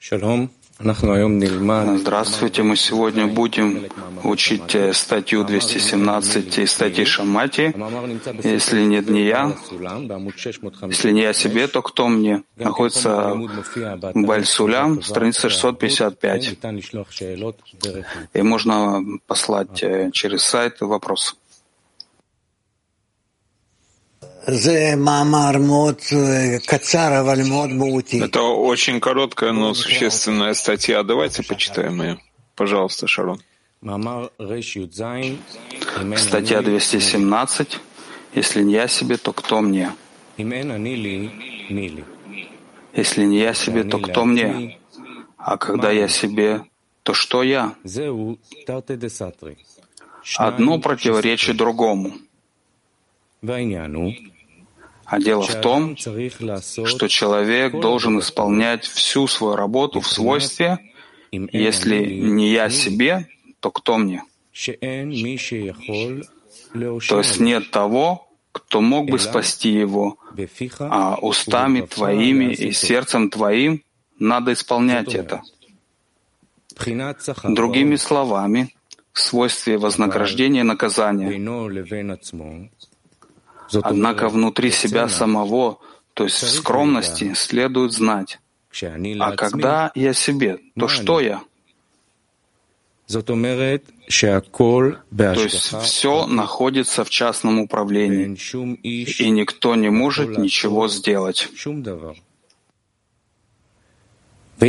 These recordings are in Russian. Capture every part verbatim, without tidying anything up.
Здравствуйте, мы сегодня будем учить статью двести семнадцать и статьи Шамати. Если нет не я, если не я себе, то кто мне? Находится в Баль-Сулям, страница шестьсот пятьдесят пять. И можно послать через сайт вопрос. Это очень короткая, но существенная статья. Давайте почитаем ее. Пожалуйста, Шарон. Статья двести семнадцать. Если не я себе, то кто мне? Если не я себе, то кто мне? А когда я себе, то что я? Одно противоречит другому. А дело в том, что человек должен исполнять всю свою работу в свойстве, если не я себе, то кто мне? То есть нет того, кто мог бы спасти его, а устами твоими и сердцем твоим надо исполнять это. Другими словами, в свойстве вознаграждения и наказания. Однако внутри себя самого, то есть в скромности, следует знать, а когда я себе, то что я? То есть все находится в частном управлении, и никто не может ничего сделать. А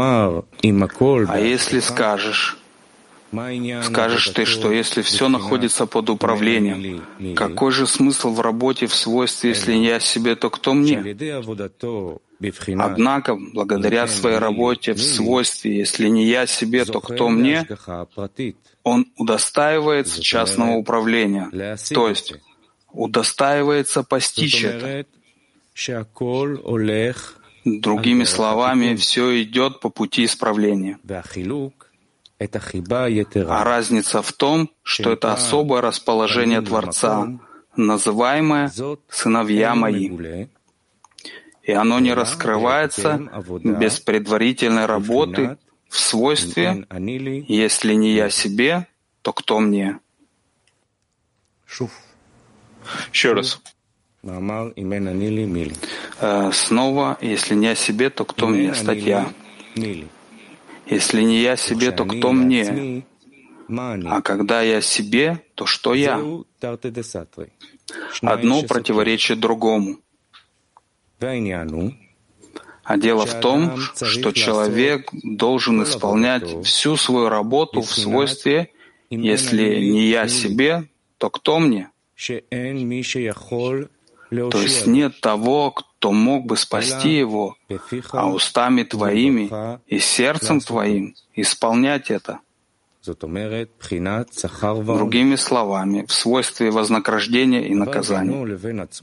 если скажешь, Скажешь ты, что если все находится под управлением, какой же смысл в работе в свойстве, если не я себе, то кто мне? Однако, благодаря своей работе в свойстве, если не я себе, то кто мне, он удостаивается частного управления, то есть удостаивается постичь это. Другими словами, все идет по пути исправления. А разница в том, что это особое расположение Творца, называемое «сыновья мои». И оно не раскрывается без предварительной работы в свойстве «если не я себе, то кто мне?» Еще раз. Снова «если не я себе, то кто мне?» Статья. Если не я себе, то кто мне? А когда я себе, то что я? Одно противоречит другому. А дело в том, что человек должен исполнять всю свою работу в свойстве, если не я себе, то кто мне? То есть нет того, кто мог бы спасти его, а устами твоими и сердцем твоим исполнять это. Другими словами, в свойстве вознаграждения и наказания.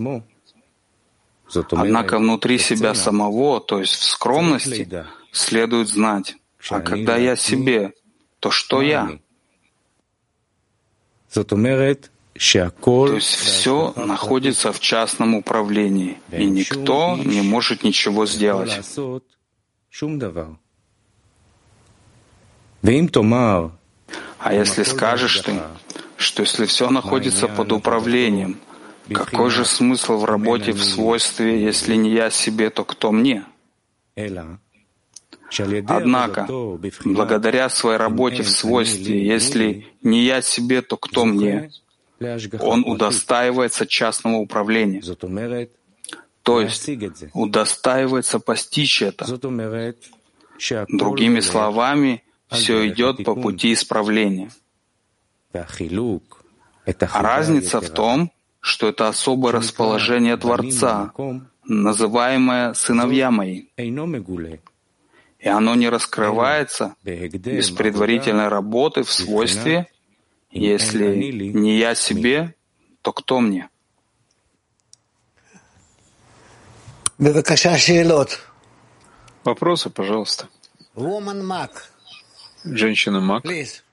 Однако внутри себя самого, то есть в скромности, следует знать, а когда я себе, то что я? То есть все находится в частном управлении, и никто не может ничего сделать. А если скажешь ты, что если все находится под управлением, какой же смысл в работе в свойстве, если не я себе, то кто мне? Однако, благодаря своей работе в свойстве, если не я себе, то кто мне? Он удостаивается частного управления, то есть удостаивается постичь это. Другими словами, все идет по пути исправления. А разница в том, что это особое расположение Творца, называемое «сыновья мои». И оно не раскрывается без предварительной работы в свойстве, если не я себе, то кто мне? Вопросы, пожалуйста. Женщина Мак.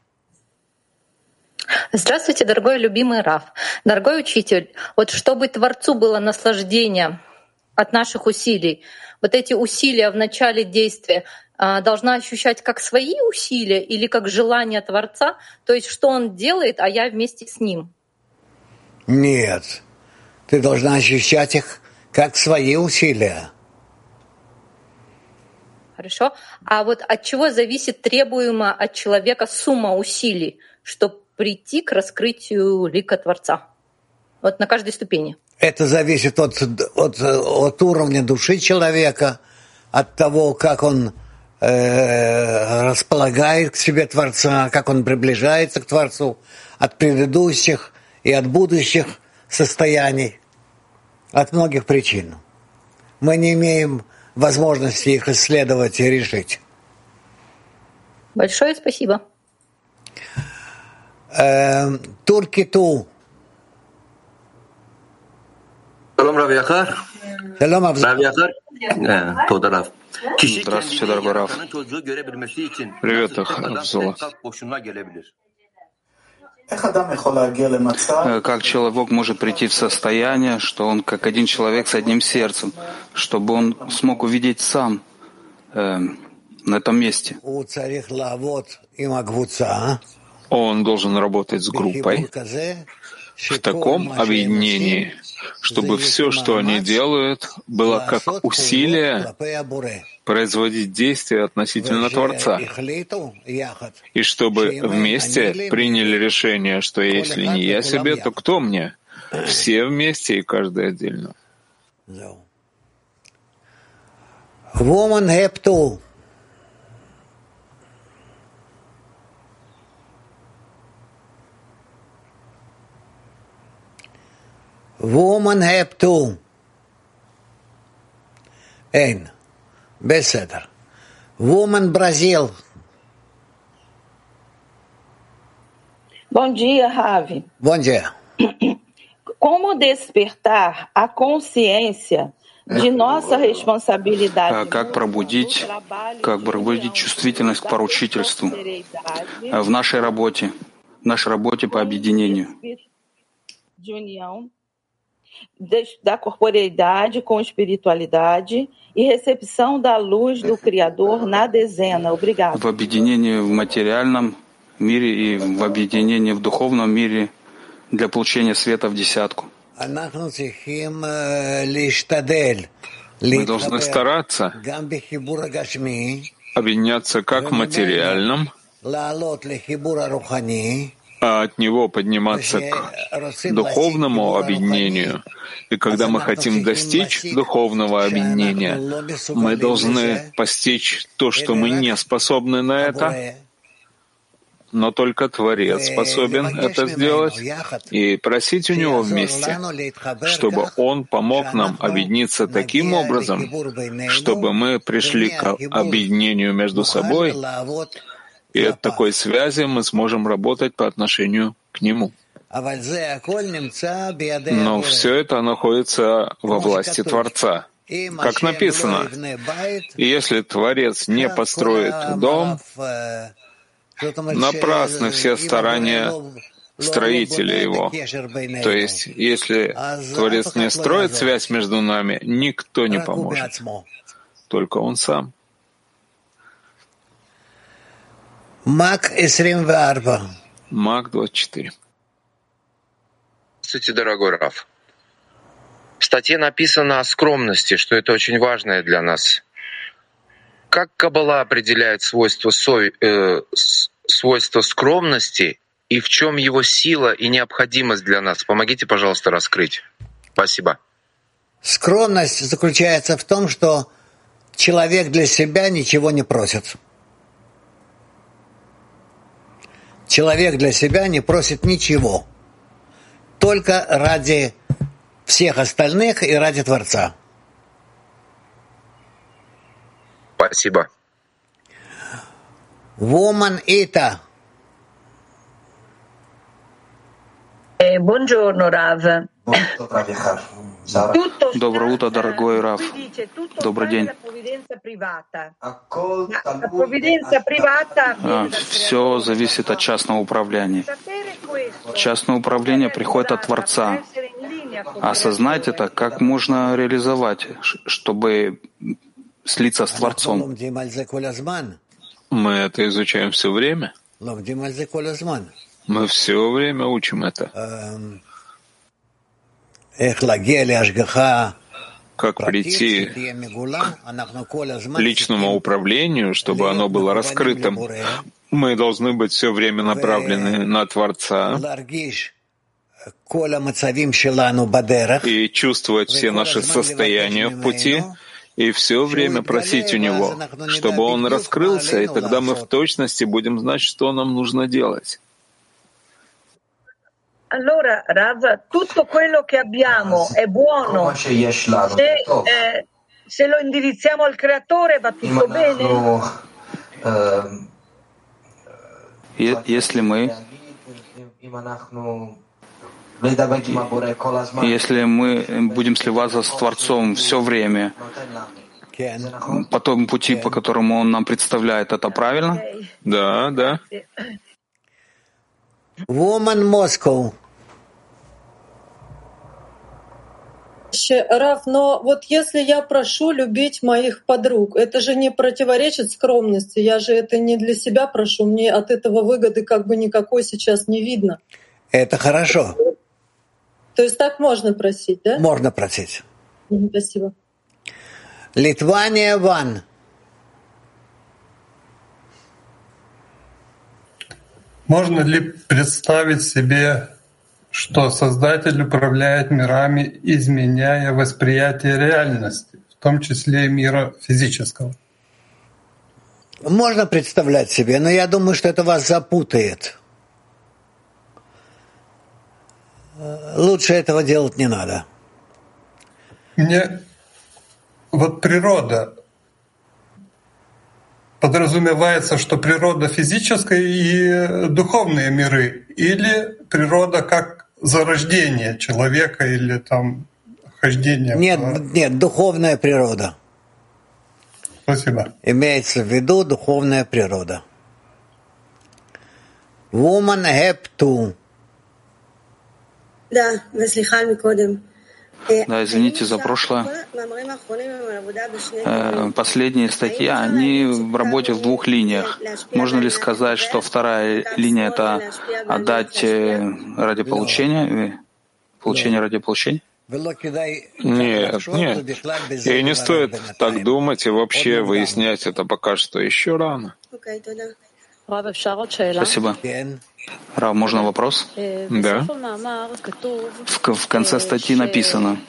Здравствуйте, дорогой любимый Рав. Дорогой учитель, вот чтобы Творцу было наслаждение от наших усилий, вот эти усилия в начале действия должна ощущать как свои усилия или как желание Творца, то есть что он делает, а я вместе с ним? Нет, ты должна ощущать их как свои усилия. Хорошо. А вот от чего зависит требуемая от человека сумма усилий, чтобы прийти к раскрытию лика Творца? Вот на каждой ступени. Это зависит от, от, от уровня души человека, от того, как он э, располагает к себе Творца, как он приближается к Творцу, от предыдущих и от будущих состояний, от многих причин. Мы не имеем возможности их исследовать и решить. Большое спасибо. Э, Турки-ту. Шалом, Рав Яхар. Шалом, Рав Яхар. Тода, Рав. Здравствуйте, дорогой Рав. Привет, Авзула. Как человек может прийти в состояние, что он как один человек с одним сердцем, чтобы он смог увидеть сам э, на этом месте? Он должен работать с группой в таком объединении, чтобы все, что они делают, было как усилие производить действия относительно Творца, и чтобы вместе приняли решение, что если не я себе, то кто мне? Все вместе и каждый отдельно. Woman have to. Woman have to. Ein. Beseder. Woman Brasil. Bom dia, Ravi. Bom dia. Como despertar a consciência de nossa responsabilidade? Как пробудить, как пробудить чувствительность к поручительству в нашей работе, в нашей работе по объединению? De união da corporeidade com espiritualidade e recepção da luz do Criador na dezena. Obrigado. В объединении в материальном мире и в объединении в духовном мире для получения света в десятку. Мы должны стараться объединяться как в материальном, а от него подниматься к духовному объединению. И когда мы хотим достичь духовного объединения, мы должны постичь то, что мы не способны на это, но только Творец способен это сделать, и просить у Него вместе, чтобы Он помог нам объединиться таким образом, чтобы мы пришли к объединению между собой, и от такой связи мы сможем работать по отношению к Нему. Но все это находится во власти Творца. Как написано, если Творец не построит дом, напрасны все старания строителя его. То есть, если Творец не строит связь между нами, никто не поможет. Только Он сам. Мак двадцать четыре. Мак двадцать четыре. Здравствуйте, дорогой Рав. В статье написано о скромности, что это очень важное для нас. Как Каббала определяет свойства, сови, э, свойства скромности и в чем его сила и необходимость для нас? Помогите, пожалуйста, раскрыть. Спасибо. Скромность заключается в том, что человек для себя ничего не просит. Человек для себя не просит ничего, только ради всех остальных и ради Творца. Спасибо. Woman Ita. Buongiorno, Rav. Доброе утро, дорогой Рав. Добрый день. А, все зависит от частного управления. Частное управление приходит от Творца. Осознать это, как можно реализовать, чтобы слиться с Творцом. Мы это изучаем все время. Мы все время учим это. Как прийти к личному управлению, чтобы оно было раскрытым. Мы должны быть все время направлены на Творца и чувствовать все наши состояния в пути, и все время просить у Него, чтобы Он раскрылся, и тогда мы в точности будем знать, что нам нужно делать. Allora, Rav, tutto quello che abbiamo è buono. Se, eh, se lo indirizziamo al Creatore va tutto bene? Если мы Если мы будем сливаться с Творцом все время по тому пути, по которому Он нам представляет, это правильно? Да, да. Woman Moscow. Раф, но вот если я прошу любить моих подруг, это же не противоречит скромности. Я же это не для себя прошу, мне от этого выгоды как бы никакой сейчас не видно. Это хорошо. То есть так можно просить, да? Можно просить. Спасибо. Литвания Ван. Можно ли представить себе, что Создатель управляет мирами, изменяя восприятие реальности, в том числе и мира физического? Можно представлять себе, но я думаю, что это вас запутает. Лучше этого делать не надо. Мне вот природа подразумевается, что природа физическая и духовные миры, или природа как зарождение человека, или там хождение. Нет, по... нет, духовная природа. Спасибо. Имеется в виду духовная природа. Woman have to. Да, Да, извините за прошлое. Последние статьи, они в работе в двух линиях. Можно ли сказать, что вторая линия — это отдать ради получения, получение ради получения? Нет, нет. И не стоит так думать и вообще выяснять это пока что еще рано. Спасибо. Рав, можно вопрос? Да. В, в конце статьи написано,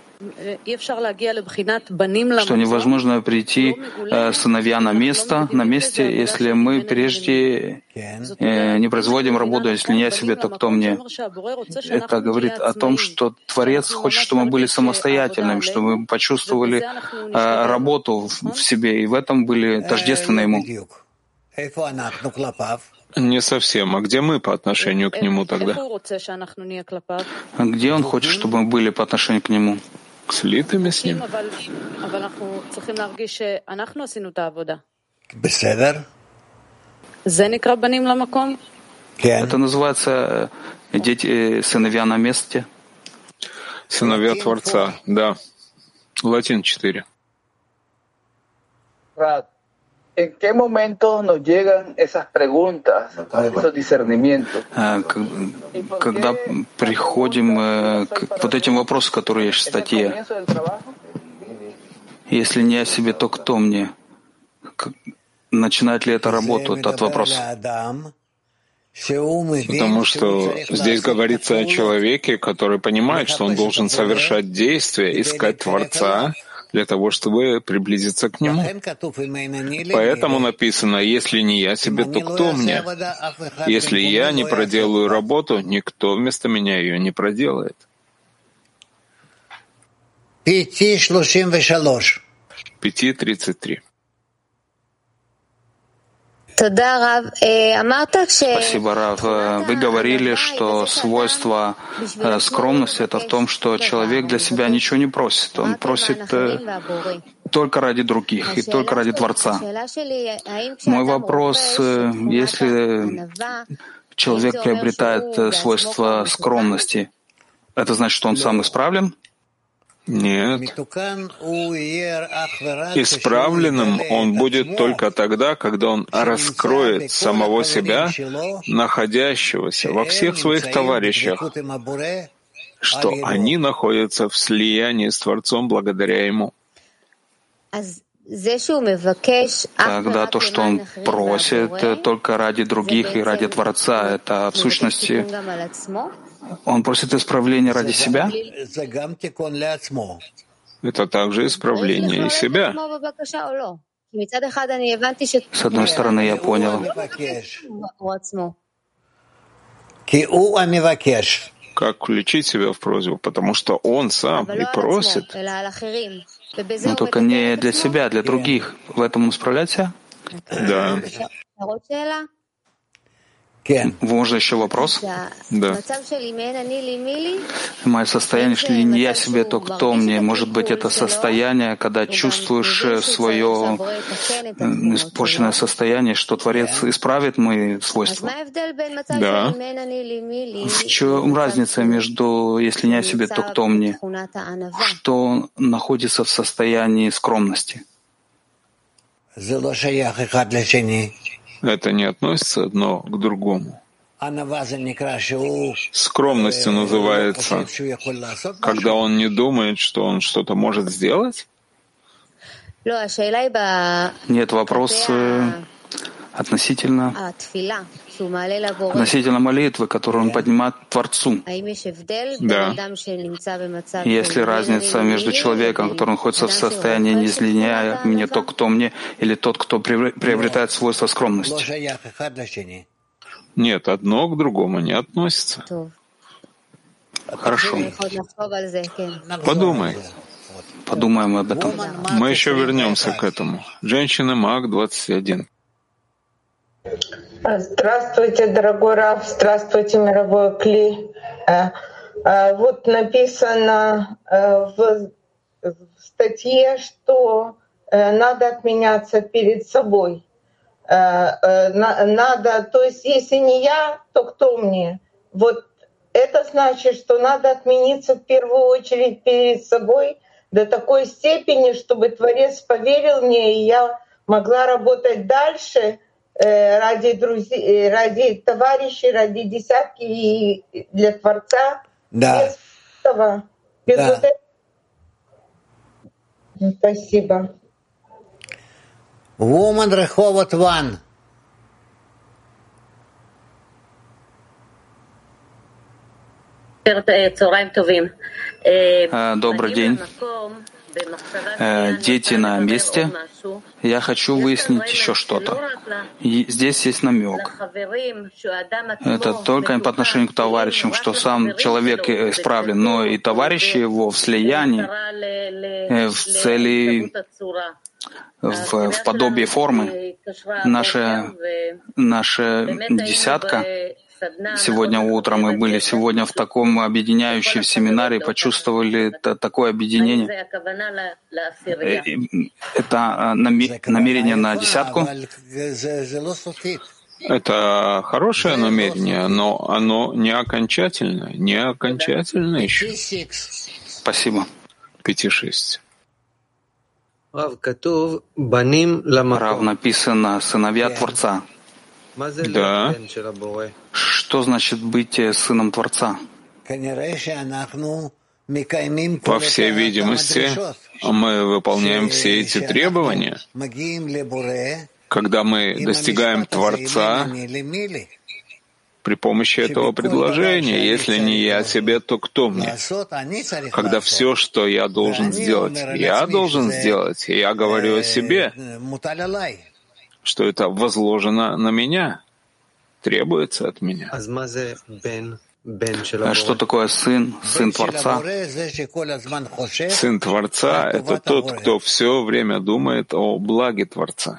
что невозможно прийти э, сыновья на место, на месте, если мы прежде э, не производим работу, если не я себе, то кто мне? Это говорит о том, что Творец хочет, чтобы мы были самостоятельными, чтобы мы почувствовали э, работу в, в себе, и в этом были тождественны Ему. Не совсем. А где мы по отношению к Нему тогда? А где Он хочет, чтобы мы были по отношению к Нему? Слитыми с Ним. Это называется дети, сыновья на месте. Сыновья Творца, да. Латин четыре. ¿En qué momento nos llegan esas preguntas, esos discernimientos? Когда приходим к вот этим вопросам, которые есть в статье. Если не о себе, то кто мне? Начинает ли это работу, этот вопрос? Потому что здесь говорится о человеке, который понимает, что он должен совершать действия, искать Творца, для того, чтобы приблизиться к Нему. Поэтому написано, если не я себе, то кто мне? Если я не проделаю работу, никто вместо меня ее не проделает. Пяти тридцать три. Спасибо, Рав. Вы говорили, что свойство скромности — это в том, что человек для себя ничего не просит. Он просит только ради других и только ради Творца. Мой вопрос, если человек приобретает свойство скромности, это значит, что он сам исправлен? Нет. Исправленным он будет только тогда, когда он раскроет самого себя, находящегося во всех своих товарищах, что они находятся в слиянии с Творцом благодаря ему. Тогда то, что он просит только ради других и ради Творца, это в сущности он просит исправления ради себя? Это также исправление и себя. С одной стороны, я понял. Как включить себя в просьбу? Потому что он сам и просит. Но только не для себя, а для других. В этом он справляется? Да. Можно еще вопрос? Да. Мое состояние, что ли не я себе, то кто мне? Может быть, это состояние, когда чувствуешь свое испорченное состояние, что Творец исправит мои свойства? Да. В чем разница между «если не я себе, то кто мне», что находится в состоянии скромности? Это не относится одно к другому. Скромностью называется, когда он не думает, что он что-то может сделать? Нет, вопрос относительно, относительно молитвы, которую он поднимает Творцу. Да. Есть ли разница между человеком, который находится в состоянии «не излиняя мне то, кто мне», или тот, кто приобретает свойство скромности? Нет, одно к другому не относится. Хорошо. Подумай. Подумаем об этом. Мы еще вернемся к этому. Женщина Маг двадцать один. Здравствуйте, дорогой Рав, здравствуйте, мировой Кли. Вот написано в статье, что надо отменяться перед собой. Надо, то есть если не я, то кто мне? Вот это значит, что надо отмениться в первую очередь перед собой до такой степени, чтобы Творец поверил мне, и я могла работать дальше ради друзей, ради товарищей, ради десятки и для Творца. Да. Без этого, без да. вот этого. Спасибо. Woman Реховот Ван. Добрый день. Дети на месте. Я хочу выяснить еще что-то. И здесь есть намек. Это только по отношению к товарищам, что сам человек исправлен, но и товарищи его в слиянии, в цели, в, в подобии формы. Наша, наша десятка. Сегодня утром мы были сегодня в таком объединяющем семинаре, почувствовали такое объединение. Это намерение на десятку? Это хорошее намерение, но оно не окончательное, не окончательное еще. Спасибо. Пяти-шесть. Рав написано «сыновья Творца». Да. Что значит быть сыном Творца? По всей видимости, мы выполняем все эти требования. Когда мы достигаем Творца при помощи этого предложения, если не я себе, то кто мне? Когда все, что я должен сделать, я должен сделать, и я говорю о себе, что это возложено на меня, требуется от меня. Что такое сын, сын Творца? Сын Творца — это тот, кто все время думает о благе Творца.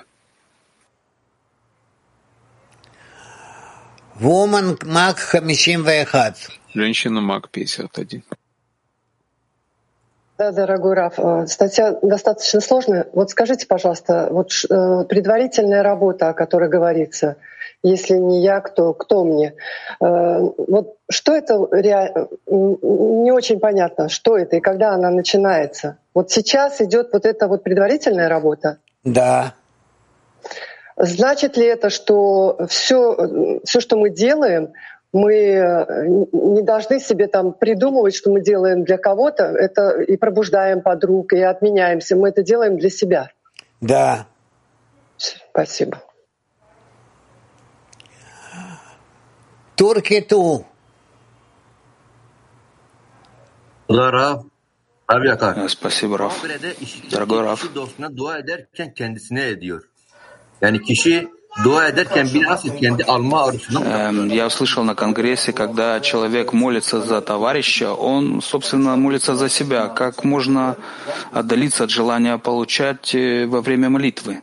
Женщина Маг пятьдесят один. Да, дорогой Рав, статья достаточно сложная. Вот скажите, пожалуйста, вот предварительная работа, о которой говорится, Если не я, кто, кто мне? Вот что это реально, не очень понятно, что это и когда она начинается. Вот сейчас идет вот эта вот предварительная работа? Да. Значит ли это, что все, все, что мы делаем, мы не должны себе там придумывать, что мы делаем для кого-то, это и пробуждаем подруг, и отменяемся. Мы это делаем для себя? Да. Спасибо. Туркиту. Рав. Спасибо, Рав. Дорогой Рав. Я услышал на конгрессе, когда человек молится за товарища, он, собственно, молится за себя. Как можно отдалиться от желания получать во время молитвы?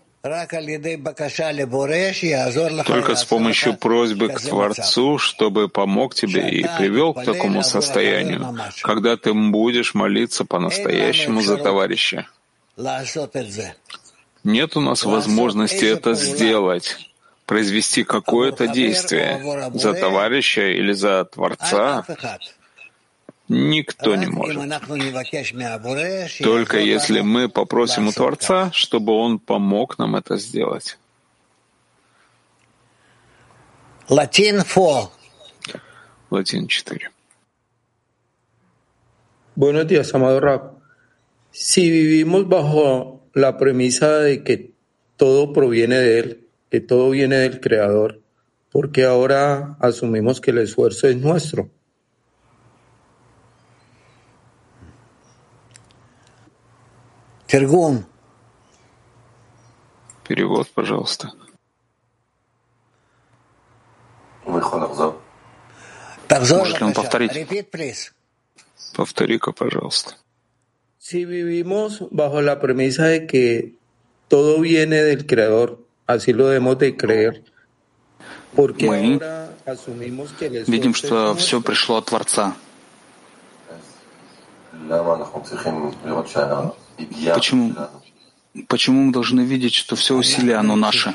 Только с помощью просьбы к Творцу, чтобы помог тебе и привел к такому состоянию, когда ты будешь молиться по-настоящему за товарища. Нет у нас возможности это сделать, произвести какое-то действие за товарища или за Творца. Никто не может. Только если мы попросим у Творца, чтобы Он помог нам это сделать. Латин четыре. Латин четыре. Buenos días, amado Rab. Si vivimos bajo la premisa de que todo proviene de Él, que todo viene del Creador, ¿por qué ahora asumimos que el esfuerzo es nuestro? Тергум. Перевод, пожалуйста. Может ли он повторить? Повтори-ка, пожалуйста. Si vivimos bajo la premisa de que todo viene del Creador, así lo debemos de creer, ¿por qué ahora asumimos que el esfuerzo видим, что все пришло от Творца. Почему, почему мы должны видеть, что все усилие, оно наше?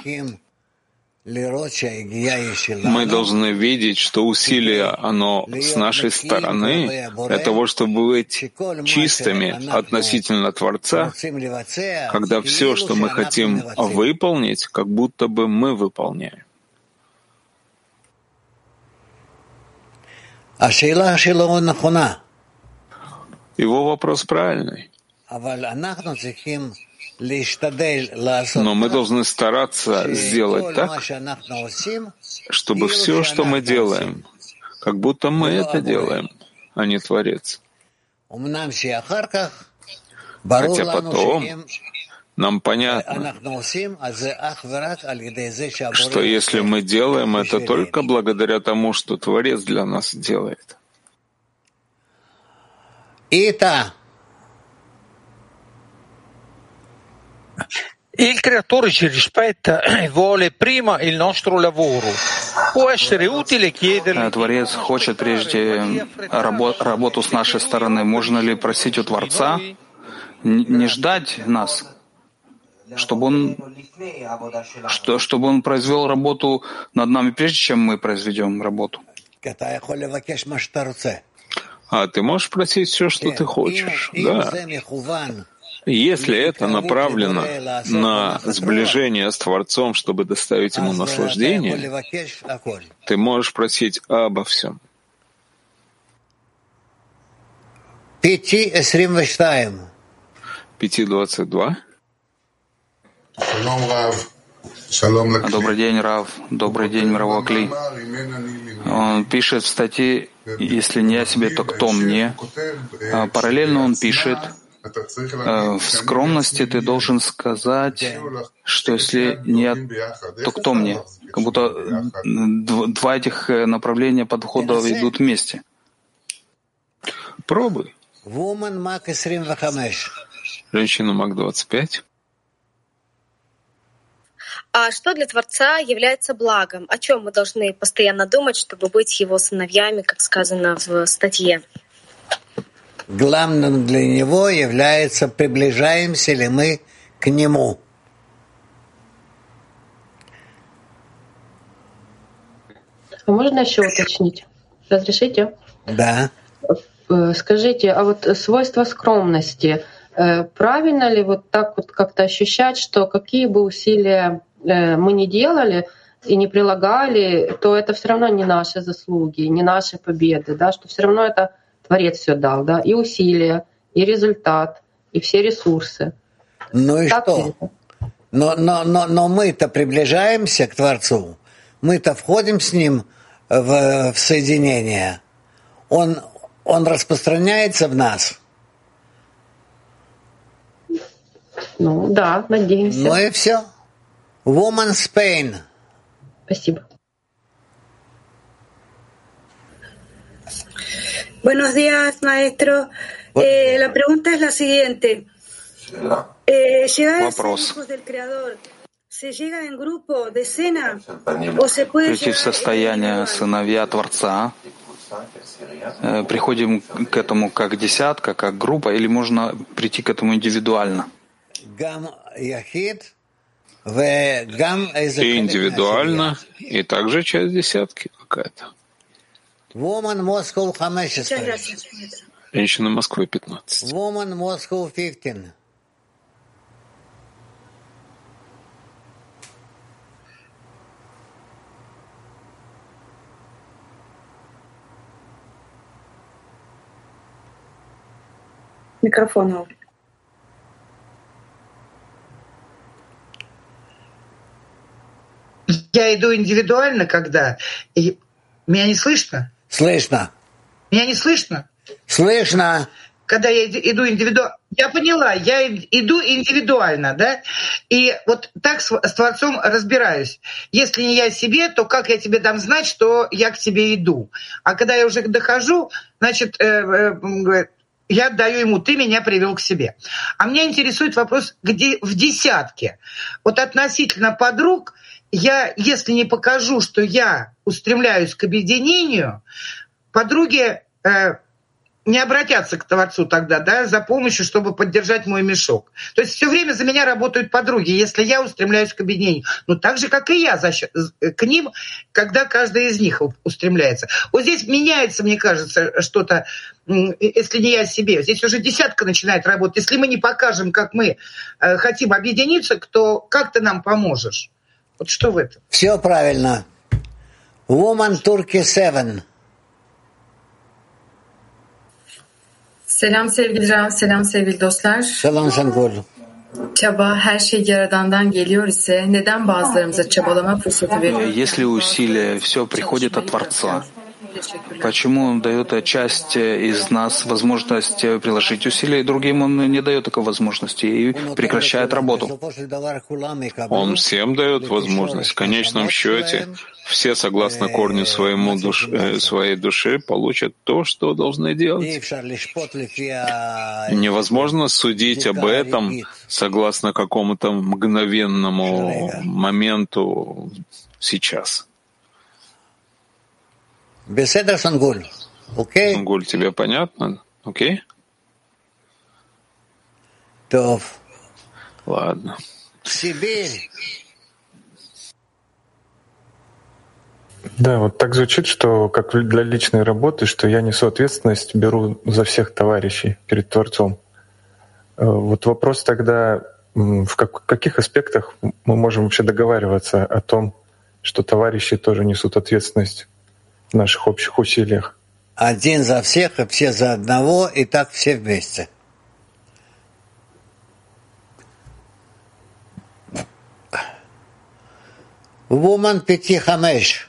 Мы должны видеть, что усилие, оно с нашей стороны, для того, чтобы быть чистыми относительно Творца, когда все, что мы хотим выполнить, как будто бы мы выполняем. Его вопрос правильный. Но мы должны стараться сделать так, чтобы все, что мы делаем, как будто мы это делаем, а не Творец. Хотя потом нам понятно, что если мы делаем это только благодаря тому, что Творец для нас делает. Il creatore ci rispetta e vuole prima il nostro lavoro. Può essere utile chiedergli... Творец хочет прежде работ, работу с нашей стороны. Можно ли просить у Творца не ждать нас, чтобы он, что, чтобы он произвел работу над нами, прежде чем мы произведем работу? А ты можешь просить все, что ты хочешь, да. Если это направлено на сближение с Творцом, чтобы доставить ему наслаждение, ты можешь просить обо всем. Пяти двадцать два. Добрый день, Рав. Добрый день, Рав Акли. Он пишет в статье «Если не я себе, то кто мне?». Параллельно он пишет: в скромности ты должен сказать, что если не я, то кто мне? Как будто два этих направления подхода идут вместе. Пробуй. Женщина Мак двадцать пять. А что для Творца является благом? О чем мы должны постоянно думать, чтобы быть его сыновьями, как сказано в статье? Главным для него является, приближаемся ли мы к нему. А можно еще уточнить? Разрешите? Да. Скажите, а вот свойство скромности, правильно ли вот так вот как-то ощущать, что какие бы усилия мы ни делали и не прилагали, то это все равно не наши заслуги, не наши победы, да, что все равно это Творец все дал, да, и усилия, и результат, и все ресурсы. Ну и так что? Но, но, но, но мы-то приближаемся к Творцу, мы-то входим с Ним в, в соединение. Он, он распространяется в нас. Ну да, надеемся. Ну и все. Woman's pain. Спасибо. Buenos días, maestro. Eh, la pregunta es la siguiente. Eh, llegar a ser hijos del Creador, ¿se llega en grupo, decena, o se puede прийти в состояние сыновья Творца? Приходим к этому как десятка, как группа, или можно прийти к этому индивидуально? И индивидуально, и также часть десятки какая-то. Женщина Москвы пятнадцать. Микрофон. Я иду индивидуально, когда... И... Меня не слышно? Слышно. Меня не слышно? Слышно. Когда я иду индивидуально... Я поняла, я иду индивидуально, да? И вот так с, с Творцом разбираюсь. Если не я себе, то как я тебе дам знать, что я к тебе иду? А когда я уже дохожу, значит, э, э, я отдаю ему, ты меня привел к себе. А меня интересует вопрос, где в десятке. Вот относительно подруг, я, если не покажу, что я устремляюсь к объединению, подруги э, не обратятся к Творцу тогда, да, за помощью, чтобы поддержать мой мешок. То есть все время за меня работают подруги, если я устремляюсь к объединению. Ну, так же, как и я за счет, к ним, когда каждая из них устремляется. Вот здесь меняется, мне кажется, что-то, если не я себе. Здесь уже десятка начинает работать. Если мы не покажем, как мы э, хотим объединиться, то как ты нам поможешь? Вот что в этом? Все правильно. Woman Turkey seven. Selam sevgili Rav, selam sevgili dostlar. Selam Sangol. Çaba her şey Yaradan'dan geliyor ise neden bazılarımıza çabalama fırsatı veriyor? Если усилия все приходит от Творца, почему Он дает часть из нас возможность приложить усилия, и другим Он не дает такой возможности и прекращает работу? Он всем дает возможность. В конечном счете, все, согласно корню своему душ, своей души, получат то, что должны делать. Невозможно судить об этом согласно какому-то мгновенному моменту сейчас. Беседа, Сангуль. Окей? Сангуль, тебе понятно? Окей? Тов. Ладно. Сибирь. Да, вот так звучит, что как для личной работы, что я несу ответственность, беру за всех товарищей перед Творцом. Вот вопрос тогда, в каких аспектах мы можем вообще договариваться о том, что товарищи тоже несут ответственность в наших общих усилиях? Один за всех, и все за одного, и так все вместе. Woman пяти хамеш.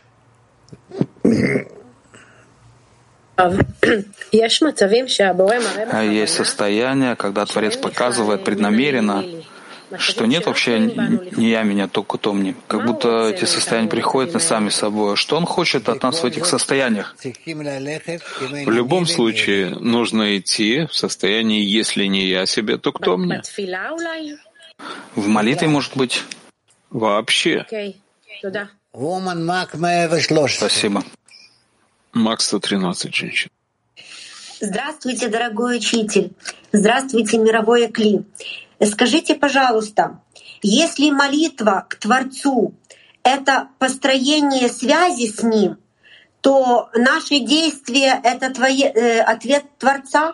Есть состояние, когда Творец показывает преднамеренно, что нет вообще не я меня, только кто мне. Как будто эти состояния приходят сами собой. Что Он хочет от нас в этих состояниях? В любом случае нужно идти в состоянии «если не я себе, то кто мне?» В молитве, может быть? Вообще. Спасибо. Макс сто тринадцать женщин. Здравствуйте, дорогой учитель. Здравствуйте, мировое Кли. Скажите, пожалуйста, если молитва к Творцу — это построение связи с Ним, что наши действия — это твои, э, ответ Творца?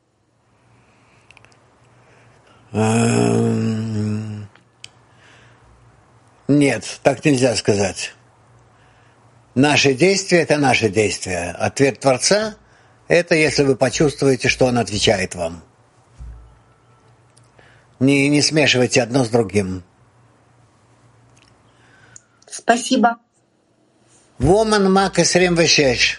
Нет, так нельзя сказать. Наши действия — это наши действия. Ответ Творца — это если вы почувствуете, что Он отвечает вам. Не, не смешивайте одно с другим. Спасибо. Woman Мак двадцать шесть.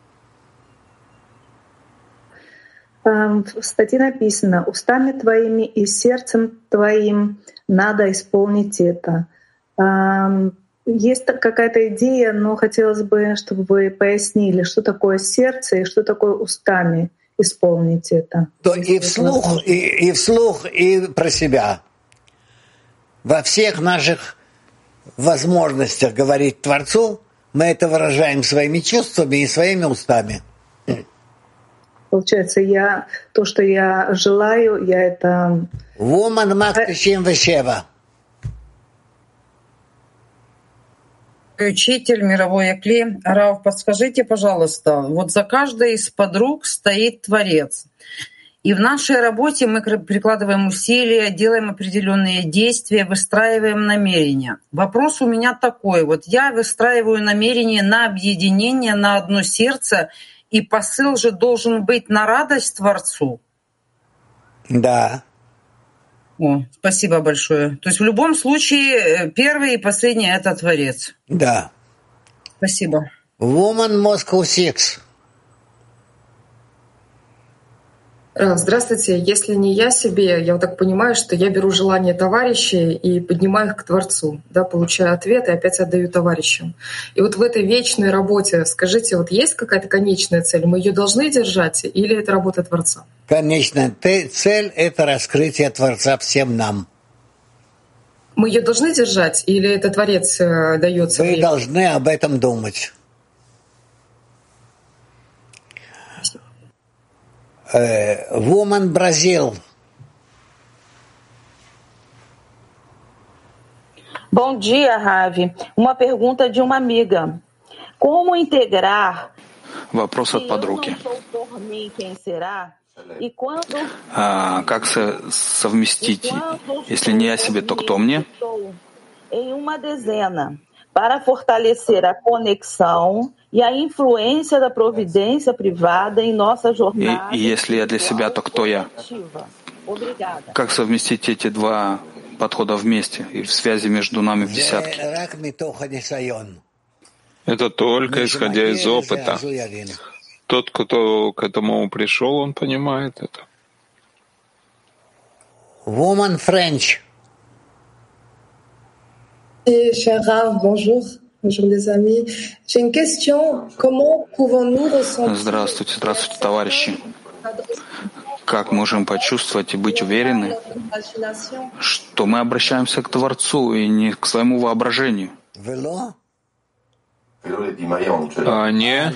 В статье написано: «Устами твоими и сердцем твоим надо исполнить это». Есть какая-то идея, но хотелось бы, чтобы вы пояснили, что такое сердце и что такое устами исполнить это. То и вслух, и, и вслух, и про себя. Во всех наших возможностях говорить Творцу мы это выражаем своими чувствами и своими устами. Получается, я то, что я желаю, я это... Woman Мак девяносто семь. Учитель мировой Акли, Рав, подскажите, пожалуйста, вот за каждой из подруг стоит Творец. И в нашей работе мы прикладываем усилия, делаем определенные действия, выстраиваем намерения. Вопрос у меня такой. Вот я выстраиваю намерение на объединение, на одно сердце, и посыл же должен быть на радость Творцу. Да. О, спасибо большое. То есть в любом случае первый и последний — это Творец. Да. Спасибо. Woman Moscow шесть. Здравствуйте. Если не я себе, я вот так понимаю, что я беру желания товарищей и поднимаю их к Творцу, да, получаю ответ и опять отдаю товарищам. И вот в этой вечной работе, скажите, вот есть какая-то конечная цель? Мы ее должны держать или это работа Творца? Конечная цель — это раскрытие Творца всем нам. Мы ее должны держать или это Творец дается? Вы должны об этом думать. Woman Brazil. Bom dia, Ravi. Uma pergunta de uma amiga. Como integrar? Вопрос от подруги. А как со- совместить, если не я себе, то кто мне? Em uma dezena, para fortalecer a conexão e a influência da providência privada em nossa jornada. И, и если я для себя, то кто я? Как совместить эти два подхода вместе и в связи между нами в десятке? Это только исходя из опыта. Тот, кто к этому пришел, он понимает это. Woman French. Cher Rav, bonjour. Bonjour les amis. J'ai une question. Comment pouvons-nous ressentir... Здравствуйте, здравствуйте, товарищи. Как можем почувствовать и быть уверены, что мы обращаемся к Творцу и не к своему воображению? А не,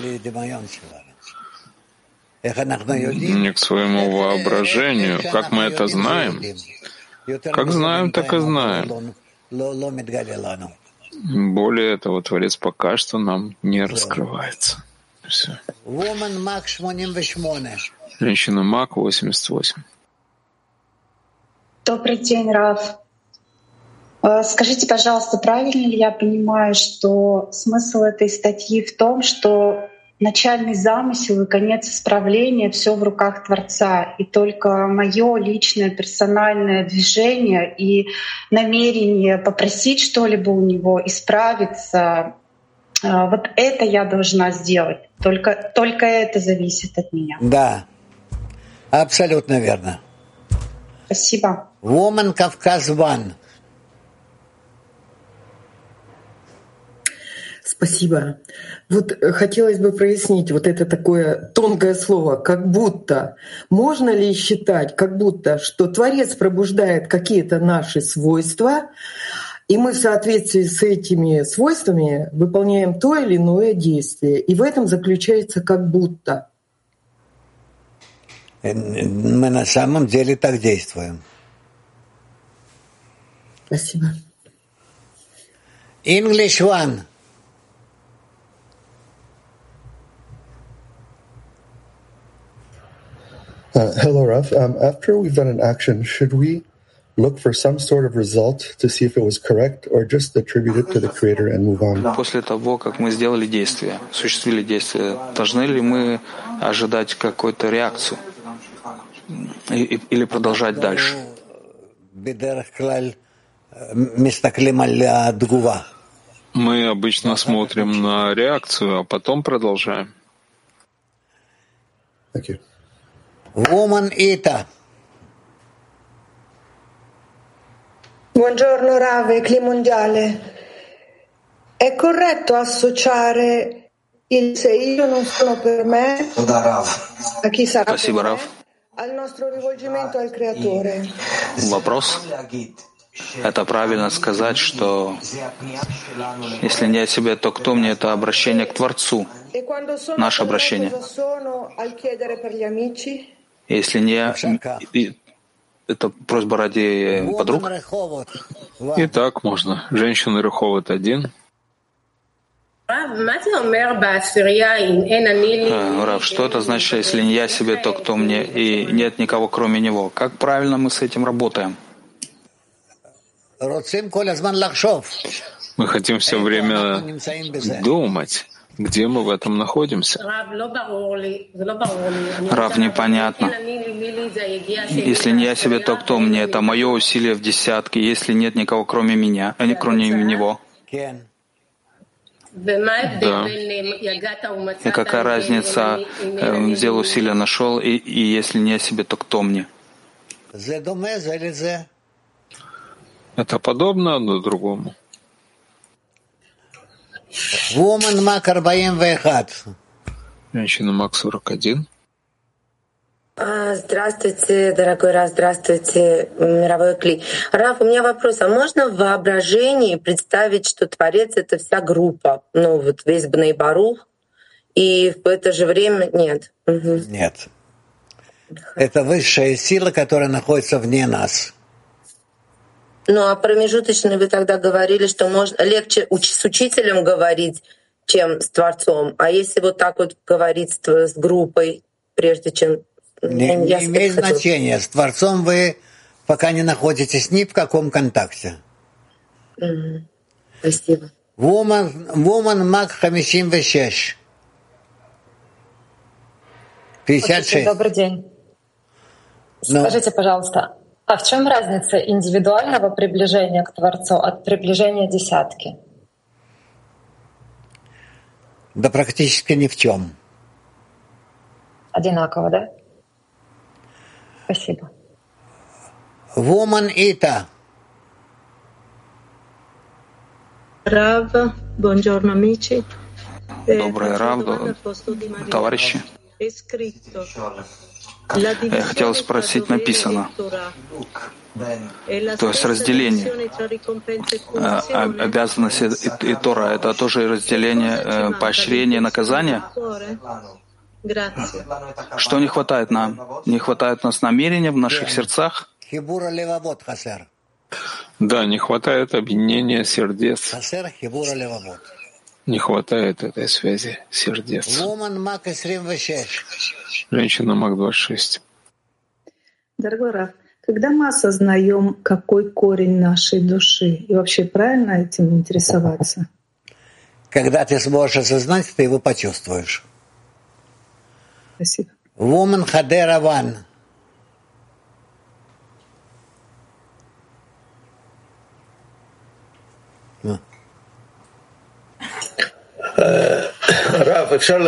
не к своему воображению. Как мы это знаем? Как знаем, так и знаем. Более того, Творец пока что нам не раскрывается. Все. Женщина Мак восемьдесят восемь. Добрый день, Рав. Скажите, пожалуйста, правильно ли я понимаю, что смысл этой статьи в том, что начальный замысел и конец исправления — все в руках Творца, и только мое личное персональное движение и намерение попросить что-либо у Него, исправиться, вот это я должна сделать. Только, только это зависит от меня. Да, абсолютно верно. Спасибо. Woman Кавказ One. Спасибо. Вот хотелось бы прояснить вот это такое тонкое слово «как будто». Можно ли считать, как будто, что Творец пробуждает какие-то наши свойства, и мы в соответствии с этими свойствами выполняем то или иное действие, и в этом заключается «как будто». Мы на самом деле так действуем. Спасибо. English One. Uh, hello, Raf. Um, after we've done an action, should we look for some sort of result to see if it was correct, or just attribute it to the Creator and move on? После того, как мы сделали действие, осуществили действие, должны ли мы ожидать какую-то реакцию или продолжать дальше? Мы обычно смотрим на реакцию, а потом продолжаем. Thank you. Woman Ita. Buongiorno Rav, Ecli Mondiale. È corretto associare il se io non sono per me a chi sarà per me al nostro rivolgimento al Creatore? Вопрос. Это правильно сказать, что если не о себе, то кто мне? Это обращение к Творцу, наше обращение. Если не, это просьба ради подруг. И так можно. Женщины Реховод один. Рав, что это значит, если не я себе, то кто мне, и нет никого кроме него? Как правильно мы с этим работаем? Мы хотим все время думать, где мы в этом находимся. Рав, непонятно. Если не я себе, то кто мне? Это мое усилие в десятке, если нет никого кроме меня, а не кроме него. Да. И какая разница, э, сделал усилие, нашел, и, и если не я себе, то кто мне? Это подобно одно другому. Woman Мак сорок один. Женщина Мак сорок один. Здравствуйте, дорогой Рав, здравствуйте, мировой Кли. Рав, у меня вопрос. А можно в воображении представить, что Творец — это вся группа? Ну, вот весь Бней Барух, и в это же время нет? Угу. Нет. Это высшая сила, которая находится вне нас. Ну, а промежуточно вы тогда говорили, что можно легче уч- с учителем говорить, чем с Творцом. А если вот так вот говорить с, с группой, прежде чем... Не, не имеет значения. С Творцом вы пока не находитесь ни в каком контакте. Mm-hmm. Спасибо. Woman, woman Мак пятьдесят шесть. пятьдесят шесть. Добрый день. Скажите, Но... пожалуйста, а в чем разница индивидуального приближения к Творцу от приближения десятки? Да практически ни в чем. Одинаково, да? Спасибо. Woman Ita. Рав, buongiorno amici. Добрый Рав, товарищи. Я хотел спросить, написано, то есть разделение, обязанности и, и Тора, это тоже разделение, поощрение, наказание? Что не хватает нам? Не хватает у нас намерения в наших сердцах? Да, не хватает объединения сердец. Не хватает этой связи сердец. Женщина Мак двадцать шесть. Дорогой Рав, когда мы осознаем, какой корень нашей души, и вообще правильно этим интересоваться? Когда ты сможешь осознать, ты его почувствуешь. Спасибо. Woman Хадера Ван. Рав,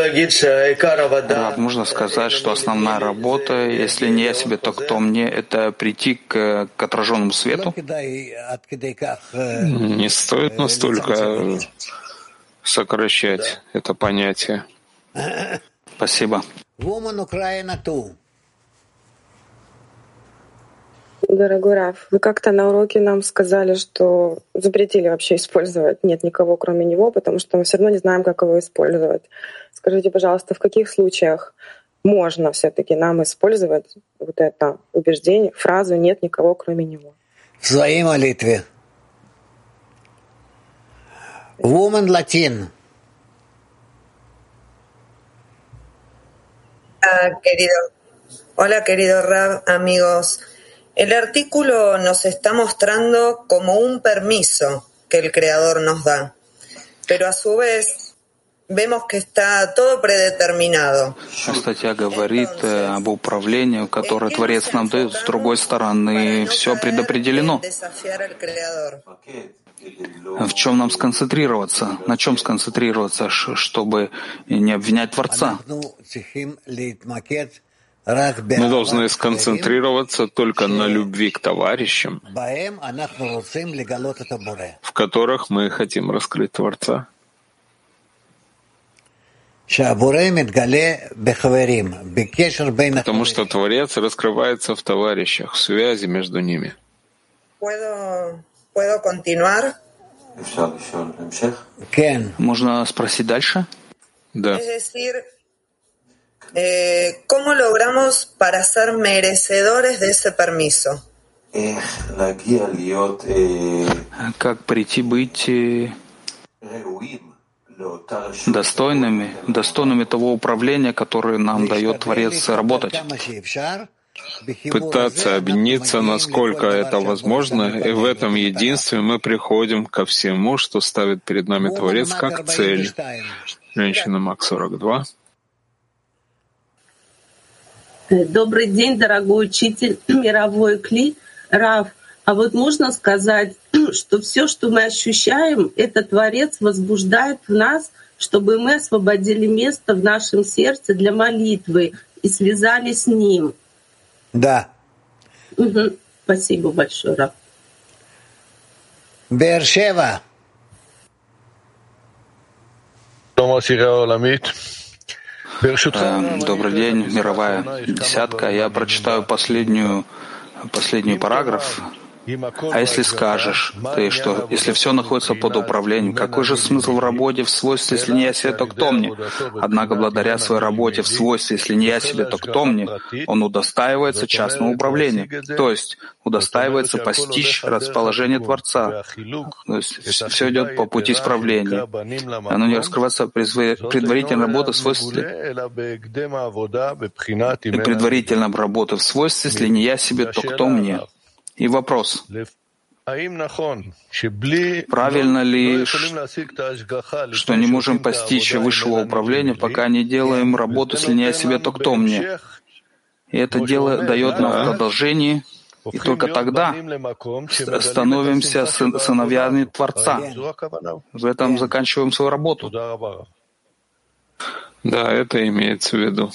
можно сказать, что основная работа, если не я себе, то кто мне, это прийти к, к отраженному свету? Не стоит настолько сокращать это понятие. Спасибо. Дорогой Рав, вы как-то на уроке нам сказали, что запретили вообще использовать «нет никого, кроме него», потому что мы все равно не знаем, как его использовать. Скажите, пожалуйста, в каких случаях можно все-таки нам использовать вот это убеждение, фразу «нет никого, кроме него»? В своей молитве. Woman Latin. Uh, querido Hola, querido Rav, amigos. El artículo nos está mostrando como un permiso que el Creador nos da, pero a su vez vemos que está todo predeterminado. Статья говорит об управлении, которое Творец нам дает. С другой стороны, все предопределено. В чем нам сконцентрироваться? На чем сконцентрироваться, чтобы не обвинять Творца? Мы должны сконцентрироваться только на любви к товарищам, в которых мы хотим раскрыть Творца. Потому что Творец раскрывается в товарищах, в связи между ними. Можно спросить дальше? Да. ¿Cómo logramos para ser merecedores de ese permiso? Как прийти быть достойными, достойными того управления, которое нам дает Творец работать? Пытаться объединиться, насколько это возможно, и в этом единстве мы приходим ко всему, что ставит перед нами Творец как цель. Женщина Мак сорок два. Добрый день, дорогой учитель мировой Кли. Рав, а вот можно сказать, что все, что мы ощущаем, это Творец возбуждает в нас, чтобы мы освободили место в нашем сердце для молитвы и связались с Ним. Да. Угу. Спасибо большое, Рав. Беэр-Шева. Добрый день, мировая десятка. Я прочитаю последнюю, последний параграф. А если скажешь ты, что если все находится под управлением, какой же смысл в работе в свойстве, если не я себе, то кто мне? Однако благодаря своей работе в свойстве, если не я себе, то кто мне? Он удостаивается частного управления, то есть удостаивается постичь расположение Творца. То есть все идет по пути исправления. Оно не раскрывается предварительной работы в свойстве, предварительно работы в свойстве, если не я себе, то кто мне? И вопрос, правильно ли, что не можем постичь высшего управления, пока не делаем работу, если не я себе, то кто мне? И это дело дает нам продолжение, и только тогда становимся сыновьями Творца. В этом заканчиваем свою работу. Да, это имеется в виду.